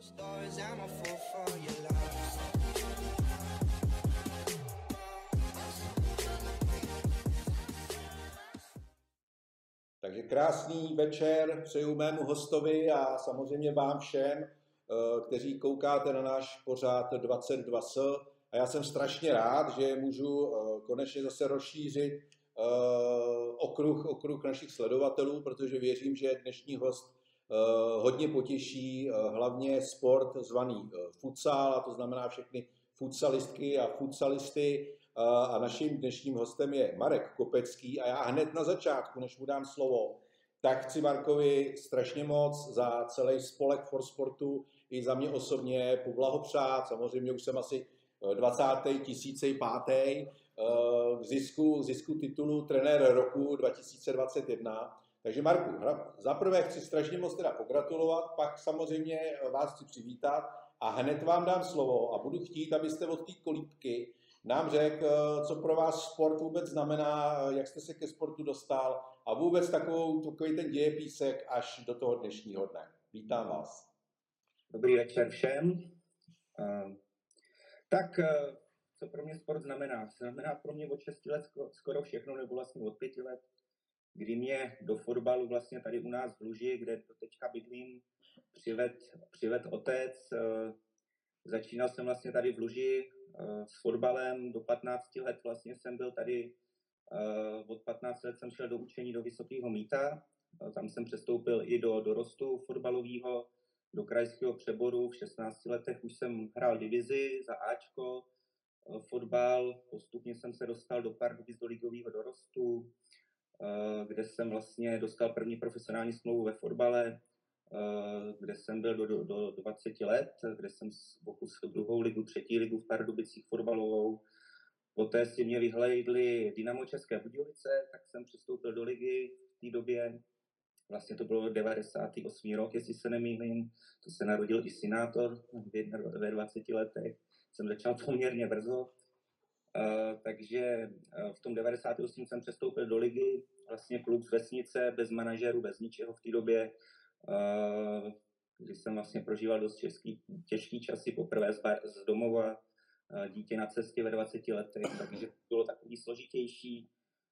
Stories, I'm a fool for your love. Takže krásný večer přeju mému hostovi a samozřejmě vám všem, kteří koukáte na náš pořad 22S. A já jsem strašně rád, že můžu konečně zase rozšířit okruh našich sledovatelů, protože věřím, že dnešní host hodně potěší hlavně sport zvaný futsal, a to znamená všechny futsalistky a futsalisty. A naším dnešním hostem je Marek Kopecký a já hned na začátku, než mu dám slovo, tak chci Markovi strašně moc za celý spolek For Sportu i za mě osobně poblahopřát. Samozřejmě už jsem asi 20. 1005. k zisku titulu trenér roku 2021. Takže Marku, zaprvé chci strašně moc teda pogratulovat, pak samozřejmě vás chci přivítat a hned vám dám slovo a budu chtít, abyste od té kolíbky nám řekl, co pro vás sport vůbec znamená, jak jste se ke sportu dostal a vůbec takový ten dějepísek až do toho dnešního dne. Vítám vás. Dobrý večer všem. Tak, co pro mě sport znamená? Znamená pro mě od 6 let skoro všechno, nebo vlastně od 5 let, kdy mě do fotbalu vlastně tady u nás v Luži, kde teďka bydlím, přived otec. Začínal jsem vlastně tady v Luži s fotbalem, do 15 let vlastně jsem byl tady, od 15 let jsem šel do učení do Vysokého Mýta, tam jsem přestoupil i do dorostu fotbalového, do krajského přeboru, v 16 letech už jsem hrál divizi za Ačko, fotbal, postupně jsem se dostal do Pardubic do ligového dorostu, kde jsem vlastně dostal první profesionální smlouvu ve fotbale, kde jsem byl do 20 let, kde jsem okusil 2. ligu, 3. ligu v Pardubicích fotbalovou. Poté si mě vyhlédli Dynamo České Budějovice, tak jsem přestoupil do ligy v té době. Vlastně to bylo 98. rok, jestli se nemýlím. To se narodil i Sinátor ve 20 letech. Jsem začal poměrně brzo. Takže v tom 98. jsem přestoupil do ligy. Vlastně klub z vesnice, bez manažerů, bez ničeho v té době. Kdy jsem vlastně prožíval dost těžký časy, poprvé z domova, dítě na cestě ve 20 letech, takže bylo takový složitější.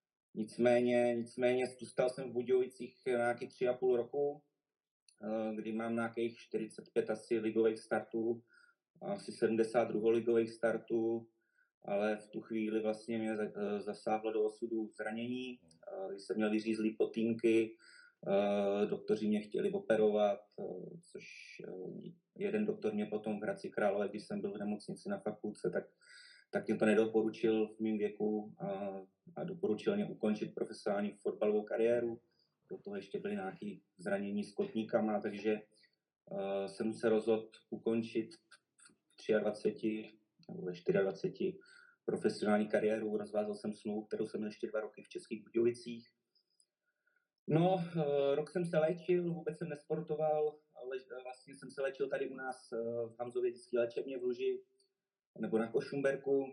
Nicméně zůstal jsem v Budějovicích nějakých 3,5 roku, kdy mám nějakých 45 asi ligových startů, asi 72 ligových startů, ale v tu chvíli vlastně mě zasáhlo do osudu zranění, když jsem měl vyřízlý potýnky. Doktoři mě chtěli operovat, což jeden doktor mě potom v Hradci Králové, když jsem byl v nemocnici na fakultce, tak mě to nedoporučil v mém věku a doporučil mě ukončit profesionální fotbalovou kariéru. Do toho ještě byly nějaké zranění s kotníkama, takže jsem se rozhodl ukončit v 23 nebo ve 24 profesionální kariéru. Rozvázal jsem smlouvu, kterou jsem měl ještě 2 roky v Českých Budějovicích. No, rok jsem se léčil, vůbec jsem nesportoval, ale vlastně jsem se léčil tady u nás v Hamzově dětské léčebně v Luži, nebo na Košumberku.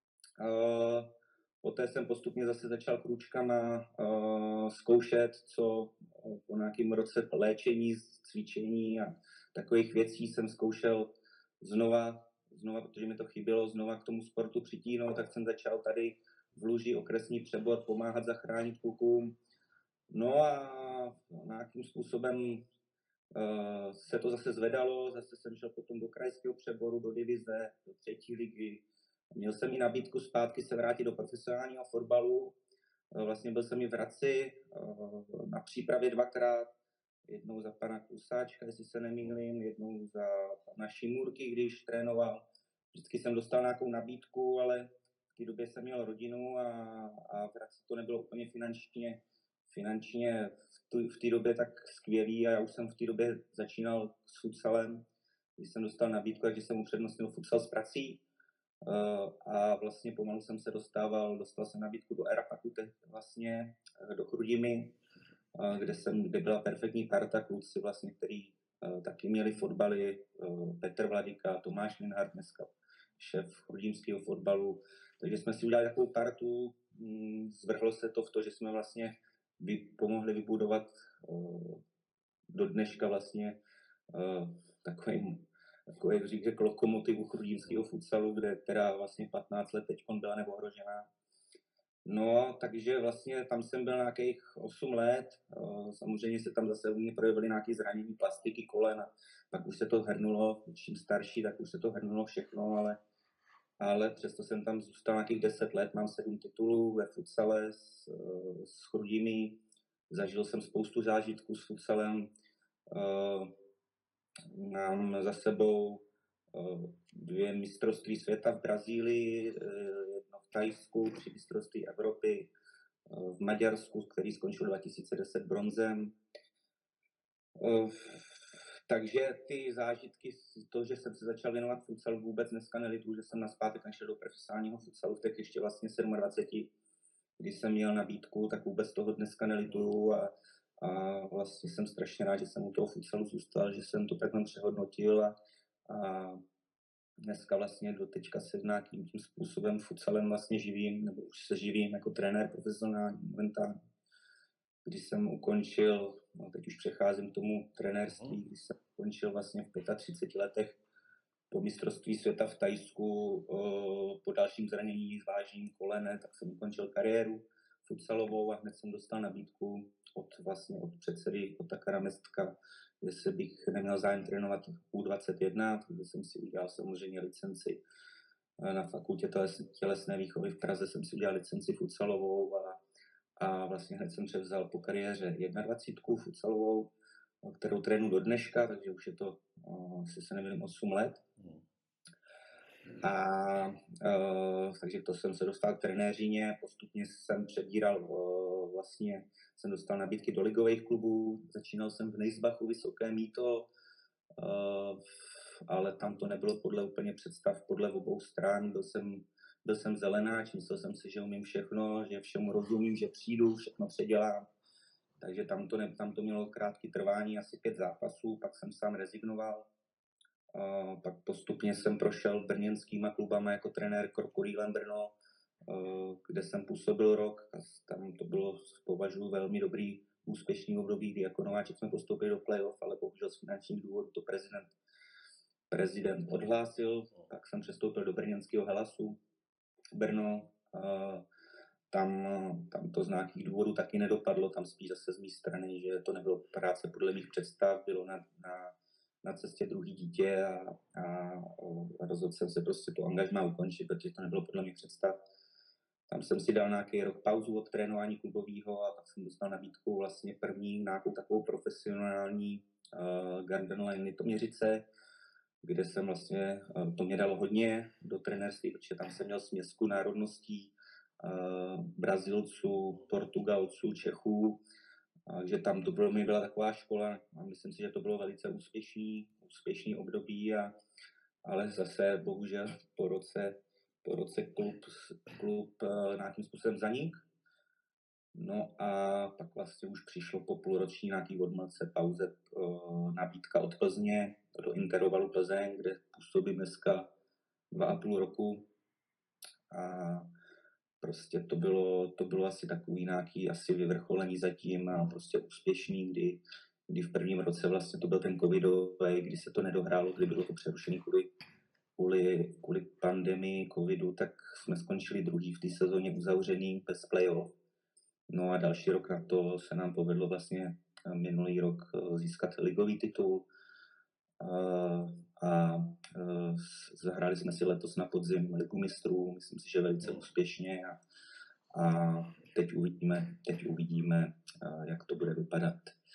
Poté jsem postupně zase začal krůčkama zkoušet, co po nějakém roce léčení, cvičení a takových věcí jsem zkoušel znova, protože mi to chybělo, znova k tomu sportu přitíhnout, tak jsem začal tady v Luži okresní přebor pomáhat zachránit klukům. No a nějakým způsobem se to zase zvedalo, zase jsem šel potom do krajského přeboru, do divize, do 3. ligy. Měl jsem i nabídku zpátky se vrátit do profesionálního fotbalu. Vlastně byl jsem i v Hradci na přípravě 2krát, jednou za pana Klusáčka, jestli se nemýlím, jednou za pana Šimůrky, když trénoval. Vždycky jsem dostal nějakou nabídku, ale v té době jsem měl rodinu a v Hradci to nebylo úplně finančně v té době tak skvělý a já už jsem v té době začínal s futsalem, když jsem dostal nabídku, takže jsem upřednostnil futsal s prací a vlastně pomalu jsem se dostal jsem nabídku do Erapaku, vlastně do Chrudimi, kde byla perfektní parta kluci vlastně, který taky měli fotbaly, Petr Vladika, Tomáš Minhart, dneska šéf chrudimského fotbalu, takže jsme si udělali takovou partu, zvrhlo se to v to, že jsme vlastně pomohli vybudovat do dneška vlastně takový takový, jak řekl, lokomotivu chrudimského futsalu, kde teda vlastně 15 let teď byla neohrožená. No, takže vlastně tam jsem byl nějakých 8 let, samozřejmě se tam zase u mě projevily nějaké zranění plastiky kolen a pak už se to hrnulo, čím starší, tak už se to hrnulo všechno, ale přesto jsem tam zůstal nějakých 10 let, mám 7 titulů ve futsale s Chrudimi, zažil jsem spoustu zážitků s futsalem, mám za sebou 2 mistrovství světa v Brazílii, jedno v Thajsku, 3 mistrovství Evropy v Maďarsku, který skončil 2010 bronzem. Takže ty zážitky, to, že jsem se začal věnovat futsalu, vůbec dneska nelituju, že jsem nazpátek nešel do profesionálního futsalu v těch ještě vlastně 27, když jsem měl nabídku, tak vůbec toho dneska nelituju a vlastně jsem strašně rád, že jsem u toho futsalu zůstal, že jsem to takhle přehodnotil a dneska vlastně do teďka se nějakým tím způsobem futsalem vlastně živím, nebo už se živím jako trenér profesionální momentálně. Když jsem ukončil, no teď už přecházím k tomu trenérství, když jsem ukončil vlastně v 35 letech po mistrovství světa v Thajsku po dalším zranění vážím kolene, tak jsem ukončil kariéru futsalovou a hned jsem dostal nabídku od předsedy Otakara Mestka, jestli bych neměl zájem trénovat U21, takže jsem si udělal samozřejmě licenci na fakultě tělesné výchovy v Praze, jsem si udělal licenci futsalovou a vlastně hned jsem převzal po kariéře 21 futsalovou, kterou trénu do dneška, takže už je to, asi se nevím, 8 let. Takže to jsem se dostal k trenéřině, postupně jsem přebíral, vlastně jsem dostal nabídky do ligových klubů, začínal jsem v Nejsbachu, Vysoké Mýto, ale tam to nebylo podle úplně představ, podle obou stran, byl jsem zelenáč, myslel jsem si, že umím všechno, že všemu rozumím, že přijdu, všechno předělám, takže tam to mělo krátké trvání, asi 5 zápasů, pak jsem sám rezignoval. Pak postupně jsem prošel brněnskýma klubama jako trenér Krokodýlem Brno, kde jsem působil rok. Tam to bylo, považuji, velmi dobrý, úspěšný období, kdy jako nováček jsme postoupili do playoff, ale bohužel z finančních důvodů to prezident odhlásil. Tak jsem přestoupil do brněnského Helasu Brno. Tam to z nějakých důvodů taky nedopadlo, tam spíš zase z mé strany, že to nebylo práce podle mých představ, bylo na cestě druhý dítě a rozhodl jsem se prostě to angažmá ukončit, protože to nebylo podle mých představ. Tam jsem si dal nějaký rok pauzu od trénování klubového a pak jsem dostal nabídku vlastně první nějakou takovou profesionální Garden Line Litoměřice, kde jsem vlastně, to mě dalo hodně do trenérství, protože tam jsem měl směsku národností, Brazilců, Portugalců, Čechů, že tam to byla taková škola a myslím si, že to bylo velice úspěšný období, ale zase bohužel po roce klub nějakým způsobem zanik. No a pak vlastně už přišlo po půlroční nějaký odmlce, pauze, nabídka od Plzně do Interovalu Plzeň, kde působím dneska 2,5 roku. A prostě to bylo asi takový nějaký asi vyvrcholení zatím a prostě úspěšný, kdy v prvním roce vlastně to byl ten covidový, kdy se to nedohrálo, kdy bylo to přerušené kvůli pandemii covidu, tak jsme skončili druhý v té sezóně uzavřený bez playoff. No a další rok na to se nám povedlo vlastně minulý rok získat ligový titul a zahráli jsme si letos na podzim Ligu mistrů, myslím si, že velice úspěšně a teď uvidíme, jak to bude vypadat.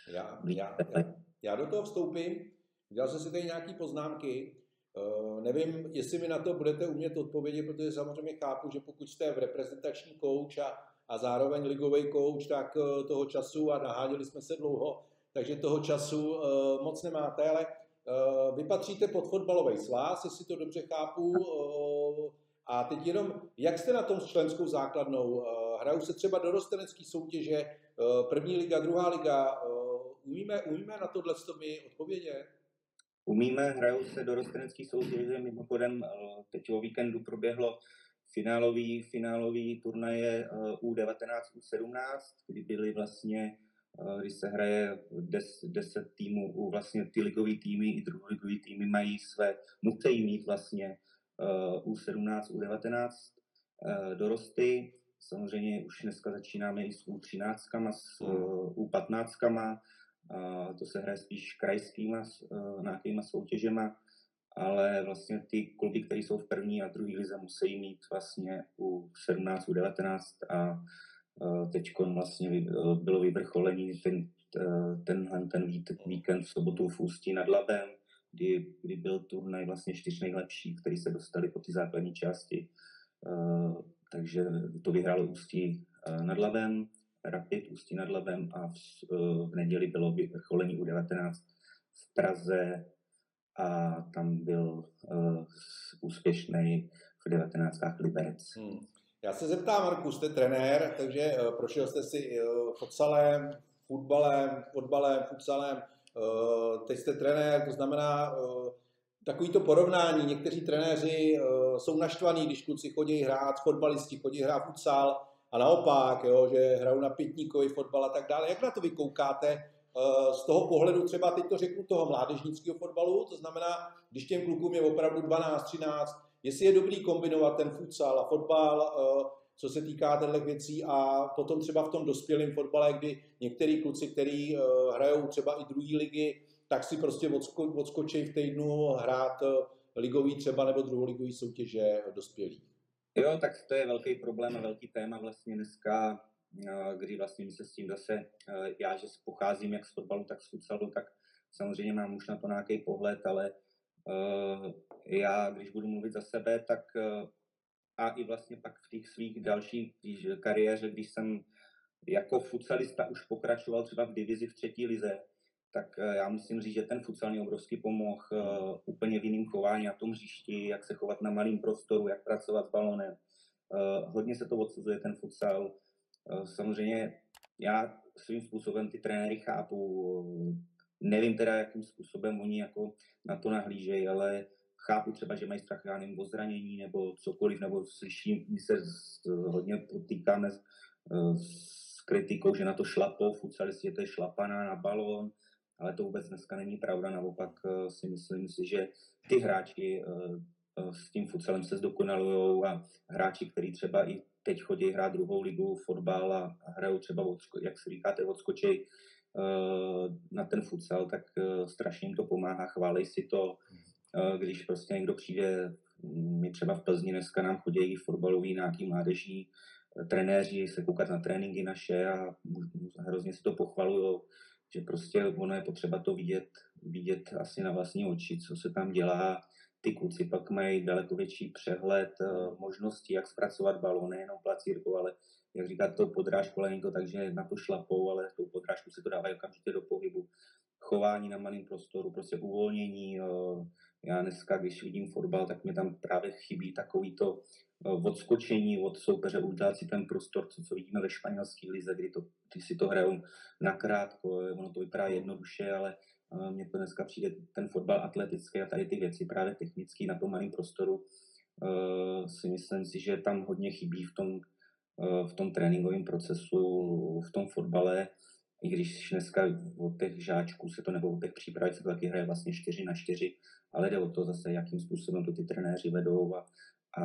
Já do toho vstoupím, dělal jsem si tady nějaké poznámky, nevím, jestli mi na to budete umět odpovědět, protože samozřejmě chápu, že pokud jste v reprezentační kouč a zároveň ligový kouč, tak toho času, a naháděli jsme se dlouho, takže toho času moc nemáte, ale vy patříte pod fotbalový svaz, jestli to dobře chápu, a teď jenom, jak jste na tom s členskou základnou? Hrajou se třeba dorostenecké soutěže, první liga, druhá liga, umíme na tohle mi odpovědět? Umíme, hrajou se dorostenecké soutěže, mimochodem teď o víkendu proběhlo finálový turnaje U19, U17, kdy byly vlastně když se hraje 10 týmů, vlastně ty ligové týmy i druholigové týmy musí mít vlastně U17, U19 dorosty. Samozřejmě už dneska začínáme i s U13, s U15, to se hraje spíš krajskýma nějakýma soutěžema, ale vlastně ty kluby, které jsou v první a druhé lize, musí mít vlastně U17, U19 a teď vlastně bylo vyvrcholení ten víkend v sobotu v Ústí nad Labem, kdy byl turnaj vlastně 4 nejlepších, který se dostali po ty základní části. Takže to vyhrálo Ústí nad Labem, Rapid Ústí nad Labem a v neděli bylo vyvrcholení U19 v Praze a tam byl úspěšný v 19. Liberec. Já se zeptám, Marku, jste trenér, takže prošel jste si futsalem, fotbalem, futsalem, teď jste trenér, to znamená takovýto porovnání. Někteří trenéři jsou naštvaní, když kluci chodí hrát, fotbalisti chodí hrát futsal a naopak, jo, že hrajou na pětníkový fotbal a tak dále. Jak na to vy koukáte z toho pohledu, třeba teď to řeknu, toho mládežnického fotbalu, to znamená, když těm klukům je opravdu 12, 13, jestli je dobrý kombinovat ten futsal a fotbal, co se týká těchto věcí a potom třeba v tom dospělém fotbale, kdy některý kluci, kteří hrajou třeba i druhé ligy, tak si prostě odskočí v týdnu hrát ligový třeba nebo druholigový soutěže dospělí. Jo, tak to je velký problém a velký téma vlastně dneska, kdy vlastně my se s tím zase, já, že pocházím jak z fotbalu, tak z futsalu, tak samozřejmě mám už na to nějaký pohled, ale já, když budu mluvit za sebe, tak a i vlastně pak v těch svých dalších kariéře, když jsem jako futsalista už pokračoval třeba v divizi v 3. lize, tak já musím říct, že ten futsal mě obrovsky pomohl úplně v jiném chování na tom hřišti, jak se chovat na malém prostoru, jak pracovat s balonem. Hodně se to odsuzuje ten futsal. Samozřejmě já svým způsobem ty trenéry chápu. Nevím teda, jakým způsobem oni jako na to nahlížejí, ale chápu třeba, že mají strach, já nevím, o zranění nebo cokoliv, nebo slyším, my se hodně potýkáme s kritikou, že na to šlapou, futsalisti, to je šlapaná na balón, ale to vůbec dneska není pravda, naopak si myslím si, že ty hráči s tím futsalem se zdokonalujou a hráči, kteří třeba i teď chodí hrát druhou ligu, fotbal a hrajou třeba, jak si říkáte, odskočej na ten futsal, tak strašně jim to pomáhá, chválej si to, když prostě někdo přijde, my třeba v Plzni dneska nám chodí fotbaloví nějaký mládežní trenéři se koukat na tréninky naše a hrozně si to pochvalujou, že prostě ono je potřeba to vidět asi na vlastní oči, co se tam dělá. Ty kluci pak mají daleko větší přehled možností, jak zpracovat balón, nejenom placírkou, ale jak říkat, tou podrážku, ale není to tak, že na to šlapou, ale tou podrážku se to dávají okamžitě do pohybu. Chování na malém prostoru, prostě uvolnění. Já dneska, když vidím fotbal, tak mi tam právě chybí takový to odskočení od soupeře, udělat si ten prostor, co vidíme ve španělské lize, kdy si to hrajou nakrátko, ono to vypadá jednoduše, ale mně to dneska přijde ten fotbal atletický a tady ty věci právě technický na tom malém prostoru. Si myslím si, že tam hodně chybí v tom tréninkovém procesu, v tom fotbale, i když dneska od těch žáčků se to, nebo od těch příprav se to taky hraje vlastně 4-4, ale jde o to zase, jakým způsobem to ty trenéři vedou a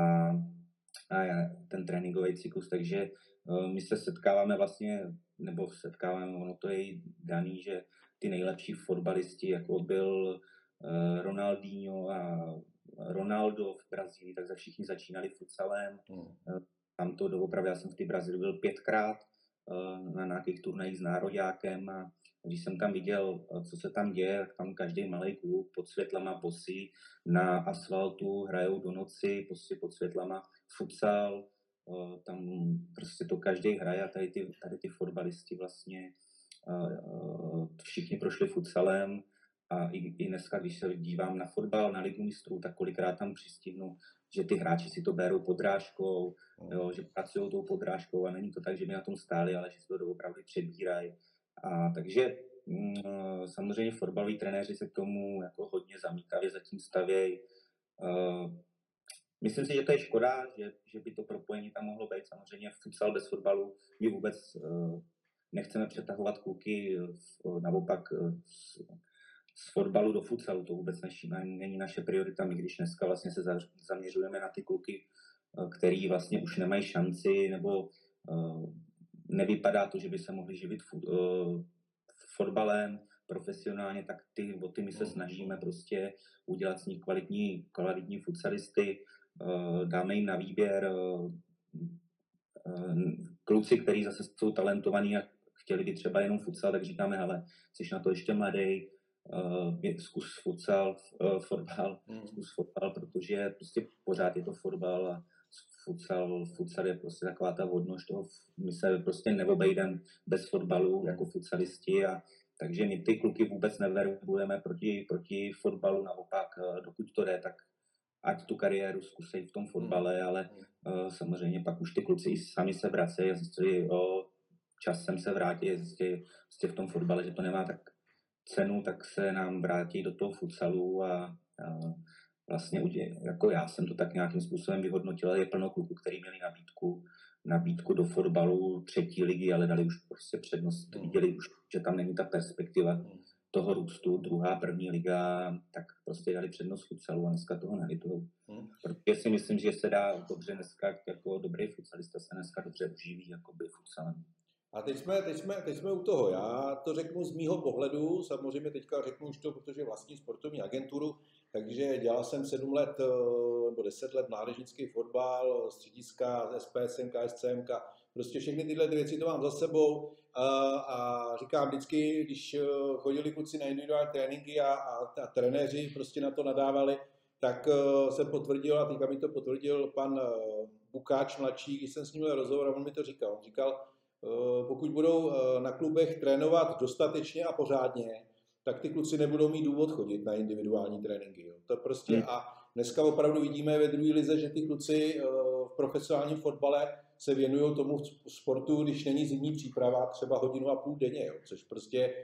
ten tréninkový cyklus, takže my se setkáváme vlastně, ono to je daný, že ty nejlepší fotbalisti, jako byl Ronaldinho a Ronaldo v Brazílii, tak všichni začínali futsalem. Tam to doopravdy, já jsem v té Brazílii byl 5krát na nějakých turnajích s nároďákem a když jsem tam viděl, co se tam děje, tak tam každý malý klub pod světlama bosy na asfaltu hrajou do noci, prostě pod světlama futsal, tam prostě to každý hraje a tady ty fotbalisti vlastně všichni prošli futsalem a i dneska, když se dívám na fotbal, na Ligu mistrů, tak kolikrát tam přistihnu, že ty hráči si to berou podrážkou, jo, že pracují tou podrážkou a není to tak, že by na tom stáli, ale že si to opravdu přebírají. A takže samozřejmě fotbaloví trenéři se k tomu jako hodně zamítavě zatím stavějí. Myslím si, že to je škoda, že by to propojení tam mohlo být. Samozřejmě futsal bez fotbalu by vůbec nechceme přetahovat kluky naopak z fotbalu do futsalu, to vůbec není naše priorita, my když dneska vlastně se zaměřujeme na ty kluky, který vlastně už nemají šanci, nebo nevypadá to, že by se mohli živit fotbalem profesionálně, tak o ty my se snažíme prostě udělat z nich kvalitní futsalisty, dáme jim na výběr kluci, kteří zase jsou talentovaní a chtěli by třeba jenom futsal, tak říkáme, hele, jsi na to ještě mladý, zkus fotbal, protože prostě pořád je to fotbal a futsal je prostě taková ta odnož toho, my se prostě neobejdeme bez fotbalu jako futsalisti a takže my ty kluky vůbec neverbujeme proti fotbalu, naopak, dokud to jde, tak ať tu kariéru zkusej v tom fotbale, ale samozřejmě pak už ty kluci i sami se vracejí a zjistili, časem se vrátí, zjistili v tom fotbale, že to nemá tak cenu, tak se nám vrátí do toho futsalu a vlastně jako já jsem to tak nějakým způsobem vyhodnotil, je plno kluků, který měli nabídku do fotbalu 3. ligy, ale dali už prostě přednost, viděli už, že tam není ta perspektiva toho růstu, 2., 1. liga, tak prostě dali přednost futsalu a dneska toho nelitují. Protože si myslím, že se dá dobře dneska, jako dobrý futsalista se dneska dobře uživí jakoby futsalem. A teď jsme u toho. Já to řeknu z mýho pohledu, samozřejmě teďka řeknu už to, protože vlastní sportovní agenturu, takže dělal jsem 7 let nebo 10 let mládežnický fotbal, střediska, SPSM, KSCM, prostě všechny tyhle věci to mám za sebou a říkám vždycky, když chodili kluci na individuální tréninky a trenéři prostě na to nadávali, tak jsem potvrdil, a teďka mi to potvrdil pan Bukáč mladší, když jsem s ním měl rozhovor, a on mi to říkal. On říkal, pokud budou na klubech trénovat dostatečně a pořádně, tak ty kluci nebudou mít důvod chodit na individuální tréninky. Jo. To prostě a dneska opravdu vidíme ve druhé lize, že ty kluci v profesionálním fotbale se věnují tomu sportu, když není zimní příprava, třeba 1,5 hodiny denně, jo. Což prostě,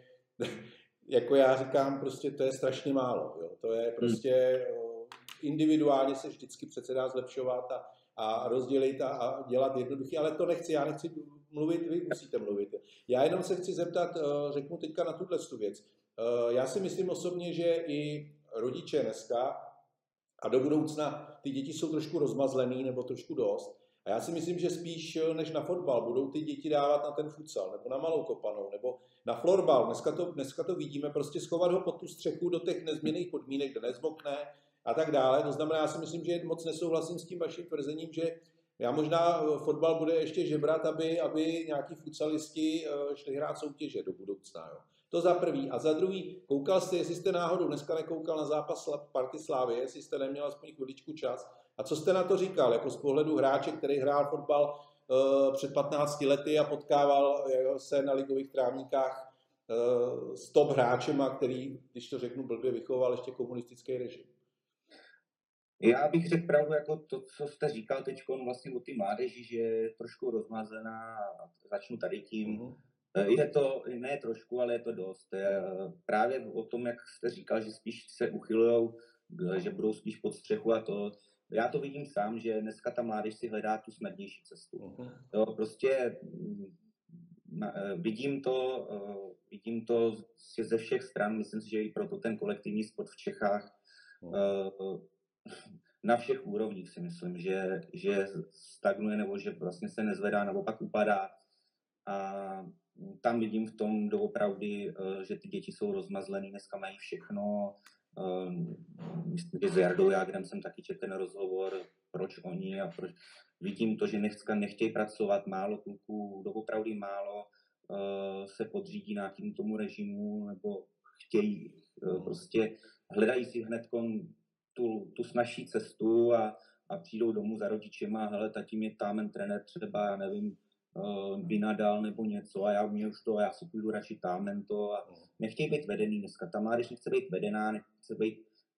jako já říkám, prostě to je strašně málo. Jo. To je prostě individuálně se vždycky přece dá zlepšovat a rozdělit a dělat jednoduchý, ale to nechci, já nechci mluvit, vy musíte mluvit. Já jenom se chci zeptat, řeknu teďka na tuhle věc. Já si myslím osobně, že i rodiče dneska a do budoucna ty děti jsou trošku rozmazlený nebo trošku dost. A já si myslím, že spíš než na fotbal budou ty děti dávat na ten futsal nebo na malou kopanou nebo na florbal. Dneska to vidíme, prostě schovat ho pod tu střechu do těch nezměnných podmínek, kde nezmokne a tak dále. To znamená, já si myslím, že moc nesouhlasím s tím vaším tvrzením, že já možná fotbal bude ještě žebrat, aby nějaký futsalisti šli hrát soutěže do budoucna. Jo. To za prvý. A za druhý, koukal jste, jestli jste náhodou dneska nekoukal na zápas Party Slávy, jestli jste neměl aspoň chviličku čas. A co jste na to říkal, jako z pohledu hráče, který hrál fotbal před 15 lety a potkával se na ligových trávníkách s top hráčema, který, když to řeknu blbě, vychoval ještě komunistický režim? Já bych řekl pravdu, jako to, co jste říkal teď vlastně o té mládeži, že je trošku rozmazená, začnu tady tím. Je to, ne trošku, ale je to dost. Právě o tom, jak jste říkal, že spíš se uchylujou, že budou spíš pod střechu a to. Já to vidím sám, že dneska ta mládež si hledá tu snadnější cestu. Jo, prostě vidím to ze všech stran, myslím si, že i proto ten kolektivní sport v Čechách na všech úrovních si myslím, že stagnuje nebo že vlastně se nezvedá, naopak upadá. A tam vidím v tom doopravdy, že ty děti jsou rozmazlený, dneska mají všechno. Myslím, že s Jardou Jágrem jsem taky četl ten rozhovor, proč oni a proč. Vidím to, že dneska nechtějí pracovat, málo kluků, doopravdy málo se podřídí nějakým tomu režimu, nebo chtějí prostě, hledají si hned tu snazší cestu a přijdou domů za rodičema, hele, tati mě támen trenér třeba, já nevím, vynadal nebo něco a já umím už to a já si půjdu radši támen to a nechtějí být vedený dneska. Ta mládež nechce být vedená, nechce být...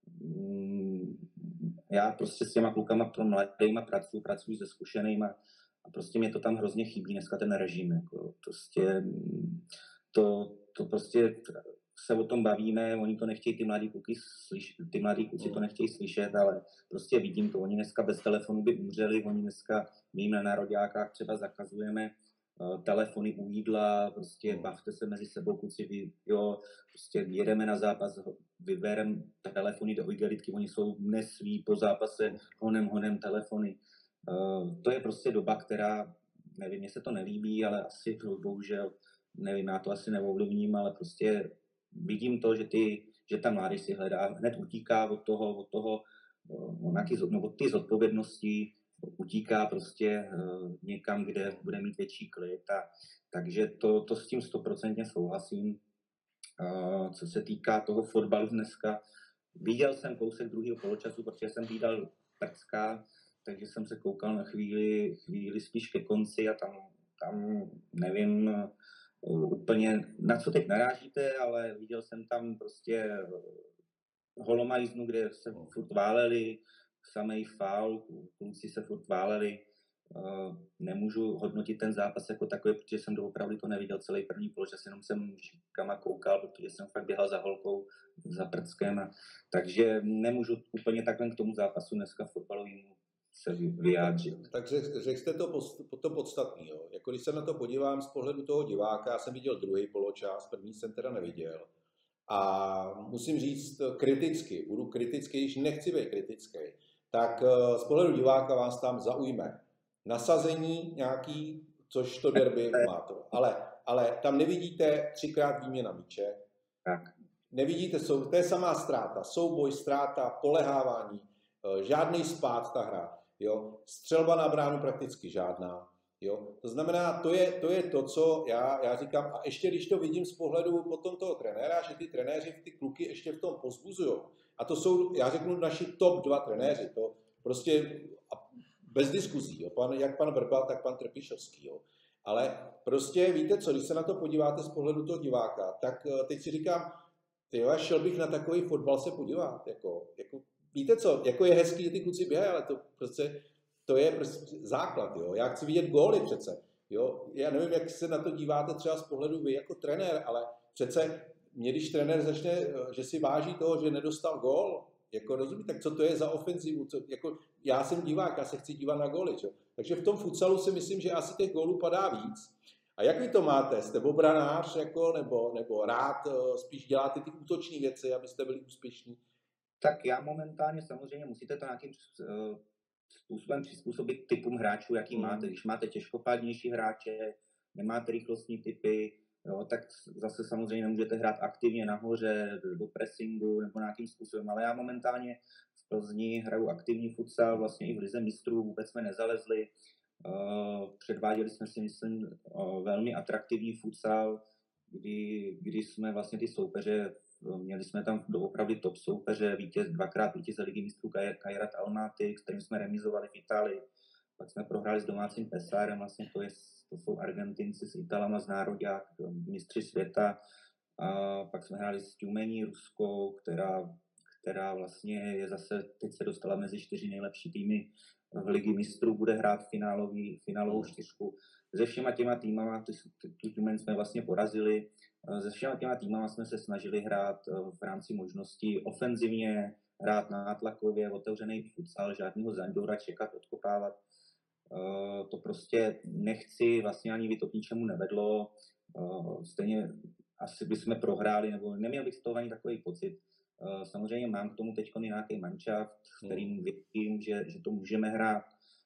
Já prostě s těma klukama pro mladýma pracuji se zkušenýma a prostě mě to tam hrozně chybí dneska ten režim. Jako prostě to prostě se o tom bavíme, oni to nechtějí, ty mladí kluci to nechtějí slyšet, ale prostě vidím to, oni dneska bez telefonu by umřeli, oni dneska, my jim na nároďákách třeba zakazujeme telefony u jídla, prostě bavte se mezi sebou, kluci, jo, prostě jedeme na zápas, vybereme telefony do igelitky, oni jsou neslí po zápase, honem telefony. To je prostě doba, která, nevím, mně se to nelíbí, ale asi bohužel, nevím, já to asi neovlivním, ale prostě vidím to, že ta mládež si hledá, hned utíká od toho od té zodpovědnosti, utíká prostě někam, kde bude mít větší klid. Takže to s tím 100% souhlasím. Co se týká toho fotbalu dneska, viděl jsem kousek druhého poločasu, protože jsem viděl Prcka, takže jsem se koukal na chvíli spíš ke konci a tam nevím úplně, na co teď narážíte, ale viděl jsem tam prostě holomajznu, kde se furt váleli, samej faul, kluci se furt váleli. Nemůžu hodnotit ten zápas jako takový, protože jsem doopravdy to neviděl celý první poločas, jenom jsem šikama koukal, protože jsem fakt běhal za holkou, za Prckem. Takže nemůžu úplně takhle k tomu zápasu dneska fotbalovému se vyjádřit. Takže řekl jste to podstatný. Jo. Jako když se na to podívám z pohledu toho diváka, já jsem viděl druhý poločas, první jsem teda neviděl. A musím říct kriticky, budu kritický, když nechci být kritický, tak z pohledu diváka vás tam zaujme nasazení nějaký, což to derby má to. Ale tam nevidíte 3x výměna míče, nevidíte, to je samá ztráta, souboj, ztráta, polehávání, žádný spád ta hra, jo? Střelba na bránu prakticky žádná. Jo? To znamená, to je to, co já říkám, a ještě když to vidím z pohledu potom toho trenéra, že ty trenéři ty kluky ještě v tom pozbuzují. A to jsou, já řeknu, naši top 2 trenéři, to prostě bez diskuzí, jo? Jak pan Vrbal, tak pan Trpišovský. Jo? Ale prostě víte co, když se na to podíváte z pohledu toho diváka, tak teď si říkám, šel bych na takový fotbal se podívat. Jako, víte co, jako je hezký, že ty kluci běhají, ale to je prostě základ. Jo? Já chci vidět góly přece. Jo? Já nevím, jak se na to díváte třeba z pohledu vy jako trenér, ale přece mě, když trenér začne, že si váží toho, že nedostal gól, jako rozumí, tak co to je za ofenzivu? Jako, já jsem divák, já se chci dívat na góly. Čo? Takže v tom futsalu si myslím, že asi těch gólů padá víc. A jak vy to máte? Jste obranář jako, nebo rád spíš děláte ty útoční věci, abyste byli úspěšní? Tak já momentálně samozřejmě musíte to nějakým způsobem přizpůsobit typům hráčů, jaký máte. Když máte těžkopádnější hráče, nemáte rychlostní typy, jo, tak zase samozřejmě nemůžete hrát aktivně nahoře, do pressingu nebo nějakým způsobem. Ale já momentálně v Plzni hraju aktivní futsal, vlastně i v lize mistrů, vůbec jsme nezalezli. Předváděli jsme si, myslím, velmi atraktivní futsal, kdy jsme vlastně ty soupeře, měli jsme tam opravdu top soupeře, dvakrát vítěze ligy mistrů Kairat Almaty, s kterým jsme remizovali v Itálii. Pak jsme prohráli s domácím Pesárem, vlastně to jsou Argentinci s Italama z národák, mistři světa. A pak jsme hráli s Tjumení ruskou, která vlastně je zase, teď se dostala mezi 4 nejlepší týmy v ligy mistrů, bude hrát finálovou 4. Se všema těma týmama, tu Tjumen jsme vlastně porazili, se všema těma týmama jsme se snažili hrát v rámci možností ofenzivně, hrát nátlakově, otevřený futsal, žádného Zandora čekat, odkopávat. To prostě nechci, vlastně ani by to k ničemu nevedlo. Stejně asi bychom prohráli, nebo neměl bych z toho ani takový pocit. Samozřejmě mám k tomu teď nějaký manšaft, v kterým vidím, že to můžeme hrát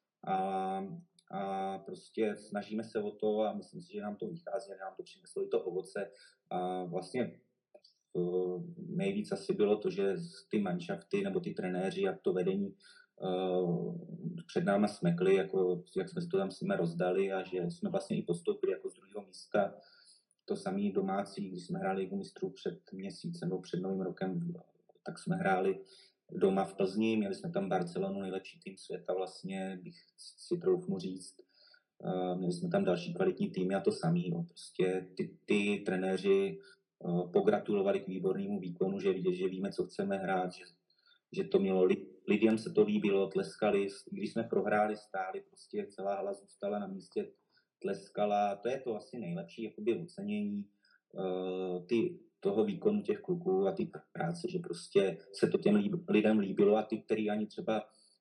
a prostě snažíme se o to a myslím si, že nám to vychází, že nám to přineslo i to ovoce. A vlastně nejvíc asi bylo to, že ty manšafty nebo ty trenéři a to vedení před náma smekli, jako jak jsme to tam jsme rozdali a že jsme vlastně i postoupili jako z druhého místa. To samý domácí, když jsme hráli Ligu mistrů před měsícem nebo před Novým rokem, tak jsme hráli doma v Plzni, měli jsme tam Barcelonu, nejlepší tým světa vlastně, bych si troufnu říct. Měli jsme tam další kvalitní týmy a to samý. No. Prostě ty trenéři pogratulovali k výbornému výkonu, že vidět, že víme, co chceme hrát, že to mělo, lidem se to líbilo, tleskali, když jsme prohráli, stáli, prostě celá hala zůstala na místě, tleskala, to je to asi nejlepší jakoby ocenění toho výkonu těch kluků a ty práce, že prostě se to těm lidem líbilo a ty, který ani třeba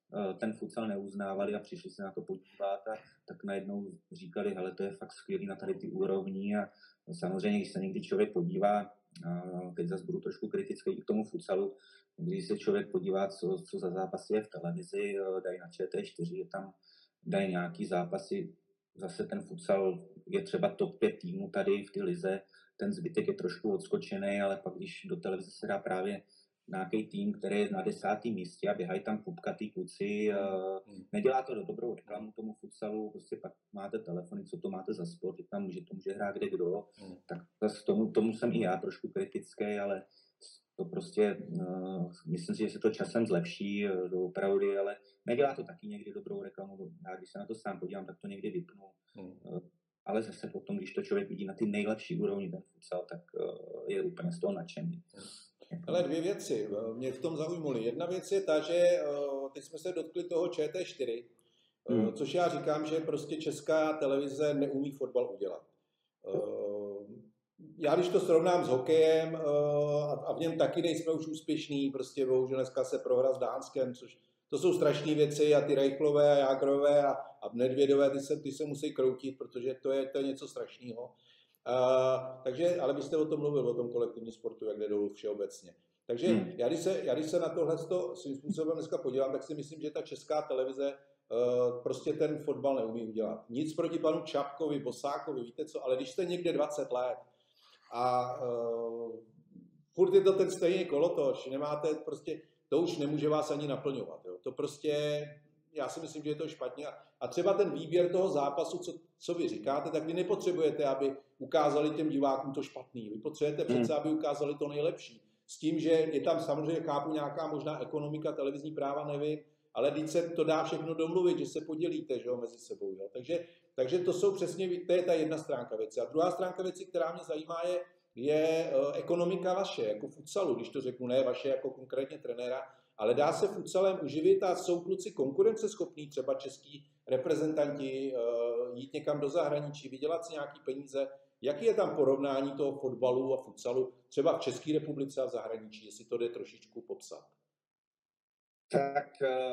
ten futsal neuznávali a přišli se na to podívat a tak najednou říkali, hele, to je fakt skvělý na tady ty úrovni a samozřejmě, když se někdy člověk podívá, teď zase budu trošku kritický i k tomu futsalu, když se člověk podívá, co za zápasy je v televizi, dají na ČT4, je tam dají nějaký zápasy, zase ten futsal je třeba top 5 týmů tady v té lize, ten zbytek je trošku odskočený, ale pak když do televize se dá právě nějaký tým, který je na 10. místě a běhají tam pupkatý kluci, nedělá to do dobrou reklamu tomu futsalu, prostě pak máte telefony, co to máte za sport, že tam to může hrát kde kdo, tak zase tomu jsem i já trošku kritický, ale to prostě, myslím si, že se to časem zlepší opravdu, ale nedělá to taky někdy dobrou reklamu. Já když se na to sám podívám, tak to někdy vypnu. Ale zase potom, když to člověk vidí na ty nejlepší úrovni ten futsal, tak je úplně z toho nadšený. Ale dvě věci mě v tom zaujímaly. Jedna věc je ta, že teď jsme se dotkli toho ČT4, což já říkám, že prostě česká televize neumí fotbal udělat. Já když to srovnám s hokejem a v něm taky nejsme už úspěšní, prostě bohužel dneska se prohra s Dánskem, což to jsou strašné věci a ty Reichlové a Jágrové a Nedvědové, ty se musí kroutit, protože to je něco strašného. Takže, ale vy jste o tom mluvil, o tom kolektivním sportu, jak jde dolů všeobecně. Takže já když se na tohle svým způsobem dneska podívám, tak si myslím, že ta česká televize prostě ten fotbal neumí udělat. Nic proti panu Čapkovi, Bosákovi, víte co, ale když jste někde 20 let a furt je to ten stejný kolotoč, nemáte prostě, to už nemůže vás ani naplňovat. Jo. To prostě, já si myslím, že je to špatně. A třeba ten výběr toho zápasu, co vy říkáte, tak vy nepotřebujete, aby ukázali těm divákům to špatný. Vy potřebujete přece, aby ukázali to nejlepší. S tím, že je tam samozřejmě, chápu, nějaká možná ekonomika, televizní práva, nevím, ale když se to dá všechno domluvit, že se podělíte, že jo, mezi sebou. Jo. Takže to jsou přesně, to je ta jedna stránka věci. A druhá stránka věci, která mě zajímá, je ekonomika vaše, jako futsalu, když to řeknu, ne vaše jako konkrétně trenéra, ale dá se futsalem uživit a jsou kluci konkurenceschopní, třeba český reprezentanti, jít někam do zahraničí, vydělat si nějaký peníze. Jaký je tam porovnání toho fotbalu a futsalu třeba v České republice a v zahraničí, jestli to jde trošičku popsat? Tak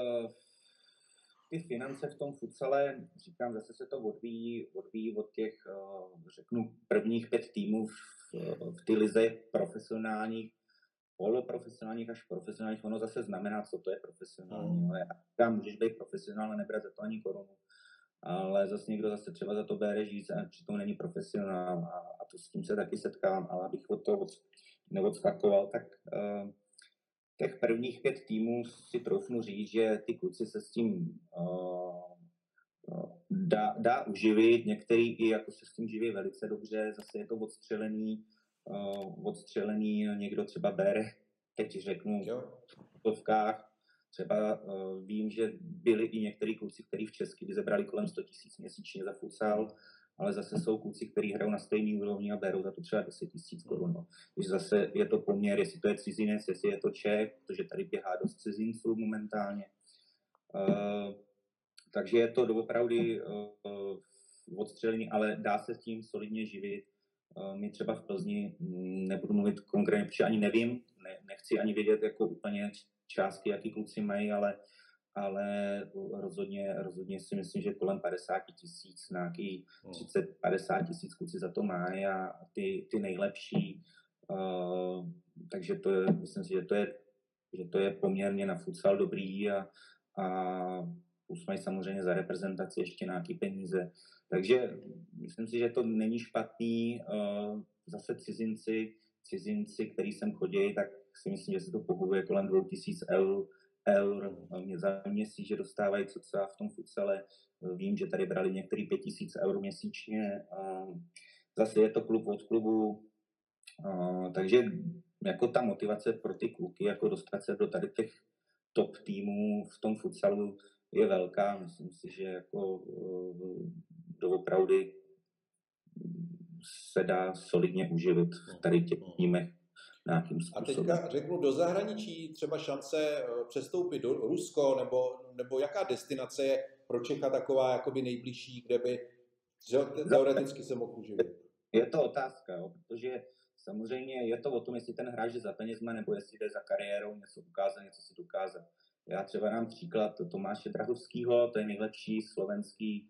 ty finance v tom futsale, říkám, zase se to odvíjí od těch, řeknu, prvních 5 týmů v té lize profesionálních, poloprofesionálních až profesionálních. Ono zase znamená, co to je profesionální. Tam můžeš být profesionál a nebrat za to ani korunu. Ale zase někdo zase třeba za to bere říct a přitom není profesionál a to s tím se taky setkávám, ale abych od toho neodskakoval, tak těch prvních 5 týmů si troufnu říct, že ty kluci se s tím dá uživit, některý i jako se s tím živí velice dobře, zase je to odstřelený, někdo třeba bere, teď řeknu v tovkách, třeba vím, že byli i některý kluci, kteří v České lize brali kolem 100 000 měsíčně za futsal, ale zase jsou kluci, kteří hrajou na stejný úrovni a berou za to třeba 10 000 korun. No. Když zase je to poměr, jestli to je cizinec, jestli je to Čech, protože tady běhá dost cizinců momentálně. Takže je to doopravdy odstřelený, ale dá se s tím solidně živit. My třeba v Plzni, nebudu mluvit konkrétně, protože ani nevím, nechci ani vědět jako úplně částky, jaký kluci mají, ale rozhodně si myslím, že kolem 50 000, nějaký 30-50 000 kluci za to mají a ty nejlepší. Takže to je, myslím si, že to je poměrně na futsal dobrý a už mají samozřejmě za reprezentaci ještě nějaký peníze. Takže myslím si, že to není špatný. Zase cizinci, který sem chodí, tak si myslím, že se to pohybuje kolem 2000 eur za měsíc, že dostávají cca v tom futsale. Vím, že tady brali některý 5000 eur měsíčně. Zase je to klub od klubu. Takže jako ta motivace pro ty kluky, jako dostat se do tady těch top týmů v tom futsalu je velká. Myslím si, že jako doopravdy se dá solidně uživit v tady těch týmech nějakým způsobem. A teďka řeknu do zahraničí třeba šance přestoupit do Rusko, nebo jaká destinace je pro Čecha taková jakoby nejbližší, kde by teoreticky se mohl uživit? Je to otázka, jo, protože samozřejmě je to o tom, jestli ten hráč je za penězma, nebo jestli jde za kariérou něco ukázat, něco si dokázat. Já třeba dám příklad Tomáše Drahovského, to je nejlepší slovenský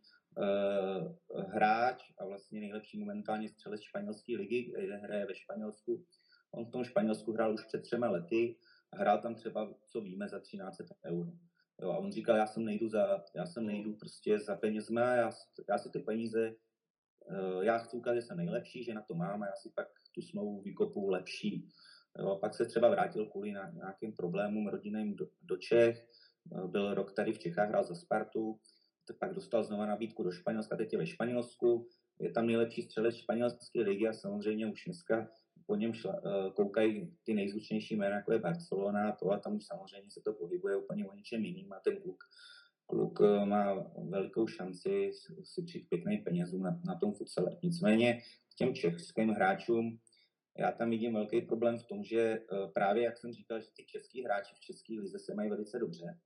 hráč a vlastně nejlepší momentálně střelec španělské ligy, kde hraje ve Španělsku. On v tom Španělsku hrál už před 3 lety a hrál tam třeba, co víme, za 1300 eur. Jo, a on říkal, já sem nejdu prostě za penězma, já si ty peníze, já chci ukázat, že jsem nejlepší, že na to mám a já si pak tu smlouvu vykopu lepší. Jo, a pak se třeba vrátil kvůli nějakým problémům rodinným do Čech, byl rok tady v Čechách, hrál za Spartu, pak dostal znova nabídku do Španělska, teď je ve Španělsku, je tam nejlepší střelec španělské ligy a samozřejmě už dneska po něm koukají ty nejzvučnější jména, jako je Barcelona a tam už samozřejmě se to pohybuje úplně o něčem jiným a ten kluk má velikou šanci si přijít pěkný penězům na tom futsale. Nicméně k těm českým hráčům já tam vidím velký problém v tom, že právě jak jsem říkal, že ty český hráči v české lize se mají velice dobře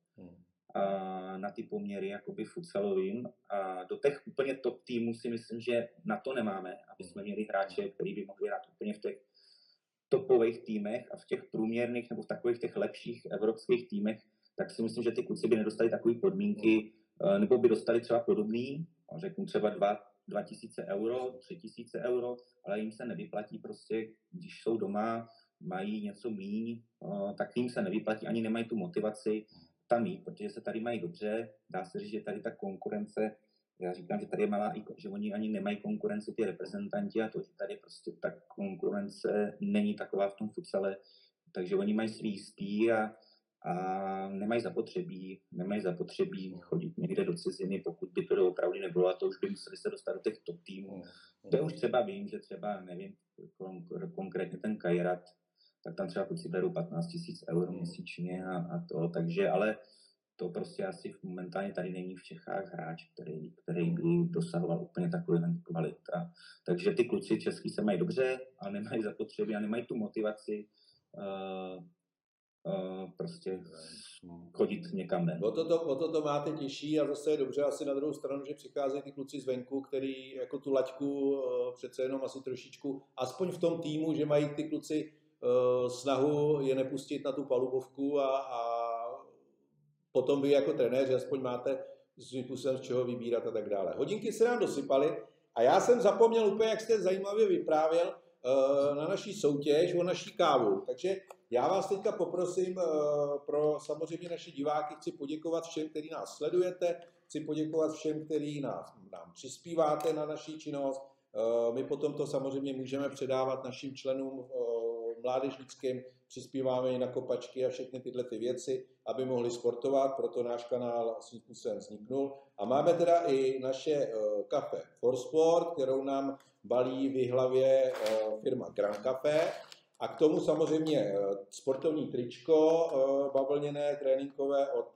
na ty poměry jakoby futsalovým a do těch úplně top týmů si myslím, že na to nemáme, aby jsme měli hráče, který by mohli hrát úplně v těch topových týmech a v těch průměrných nebo v takových těch lepších evropských týmech, tak si myslím, že ty kluci by nedostali takové podmínky, nebo by dostali třeba podobný, řeknu třeba 2000 euro, 3000 euro, ale jim se nevyplatí prostě, když jsou doma, mají něco míň, tak jim se nevyplatí, ani nemají tu motivaci tam jít, protože se tady mají dobře, dá se říct, že tady ta konkurence, já říkám, že tady je malá, že oni ani nemají konkurenci, ty reprezentanti a to, že tady prostě ta konkurence není taková v tom futsale, takže oni mají svý jistý a nemají zapotřebí chodit někde do ciziny, pokud by to opravdu nebylo a to už by museli se dostat do těch top týmů. To už třeba vím, že třeba, nevím, konkrétně ten Kairat, tak tam třeba kluci berou 15 000 eur měsíčně a to, takže, ale to prostě asi momentálně tady není v Čechách hráč, který by dosahoval úplně takový kvalita. Takže ty kluci český se mají dobře, ale nemají zapotřebí a nemají tu motivaci prostě chodit někam ven. O to máte těžší a zase je dobře asi na druhou stranu, že přicházejí ty kluci zvenku, který jako tu laťku přece jenom asi trošičku, aspoň v tom týmu, že mají ty kluci snahu je nepustit na tu palubovku a potom vy jako trenéři aspoň máte svým způsobem z čeho vybírat a tak dále. Hodinky se nám dosypaly a já jsem zapomněl úplně, jak jste zajímavě vyprávěl na naší soutěž o naší kávu. Takže já vás teďka poprosím pro samozřejmě naše diváky, chci poděkovat všem, kteří nás sledujete, chci poděkovat všem, kteří nám přispíváte na naší činnost. My potom to samozřejmě můžeme předávat našim členům mládežnickým, přispíváme i na kopačky a všechny tyhle ty věci, aby mohli sportovat, proto náš kanál svým způsobem vzniknul. A máme teda i naše kafe For Sport, kterou nám balí v Jihlavě firma Grand Café. A k tomu samozřejmě sportovní tričko, bavlněné, tréninkové od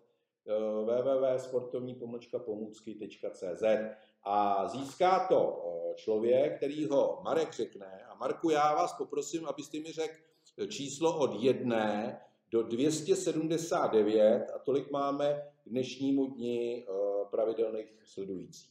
www.sportovní-pomůcky.cz a získá to člověk, který ho Marek řekne. A Marku, já vás poprosím, abyste mi řekl číslo od 1 do 279 a tolik máme k dnešnímu dni pravidelných sledujících.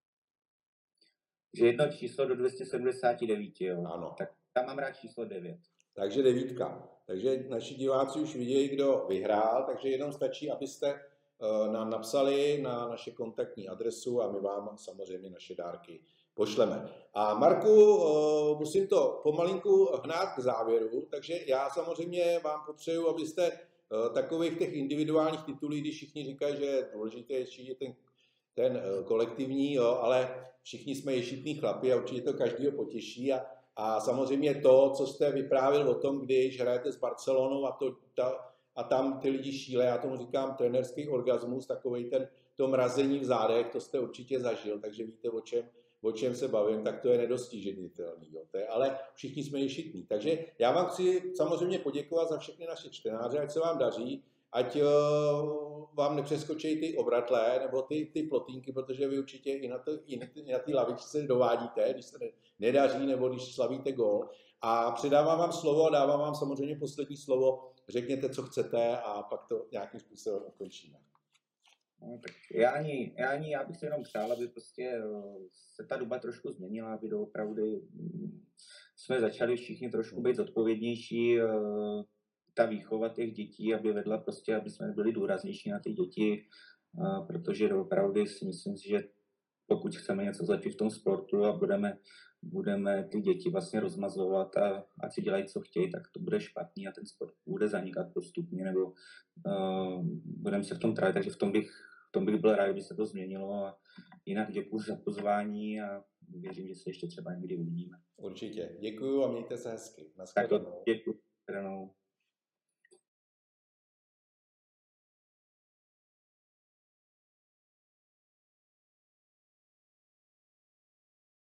Že jedno číslo do 279, jo? Ano. Tak tam mám rád číslo 9. Takže 9. Takže naši diváci už vidějí, kdo vyhrál, takže jenom stačí, abyste nám napsali na naše kontaktní adresu a my vám samozřejmě naše dárky pošleme. A Marku, musím to pomalinku hnát k závěru, takže já samozřejmě vám potřebuji, abyste takových těch individuálních titulů, když všichni říkají, že důležité je ten kolektivní, jo, ale všichni jsme ješitní chlapi a určitě to každýho potěší a samozřejmě to, co jste vyprávěl o tom, když hrajete s Barcelonou a tam ty lidi šíle, já tomu říkám trenérský orgasmus, takovej to mrazení v zádech, to jste určitě zažil, takže víte, o čem se bavím, tak to je nedostižitelný. Ale všichni jsme ješitní. Takže já vám chci samozřejmě poděkovat za všechny naše čtenáře, ať se vám daří, ať vám nepřeskočí ty obratlé nebo ty plotínky, protože vy určitě i na té lavičce dovádíte, když se nedaří nebo když slavíte gól. A předávám vám slovo a dávám vám samozřejmě poslední slovo. Řekněte, co chcete a pak to nějakým způsobem ukončíme. No, tak já bych si jenom přál, aby prostě se ta doba trošku změnila, aby doopravdy jsme začali všichni trošku být zodpovědnější. ta výchova těch dětí, aby vedla prostě, aby jsme byli důraznější na ty děti, protože opravdu si myslím, že pokud chceme něco zlepšit v tom sportu a budeme ty děti vlastně rozmazovat a ať si dělají, co chtějí, tak to bude špatný a ten sport bude zanikat postupně, nebo budeme se v tom trápit, takže v tom bych byl rád, kdyby se to změnilo a jinak děkuji za pozvání a věřím, že se ještě třeba někdy uvidíme. Určitě. Děkuju a mějte se hezky. Tak Naschledanou. děkuji.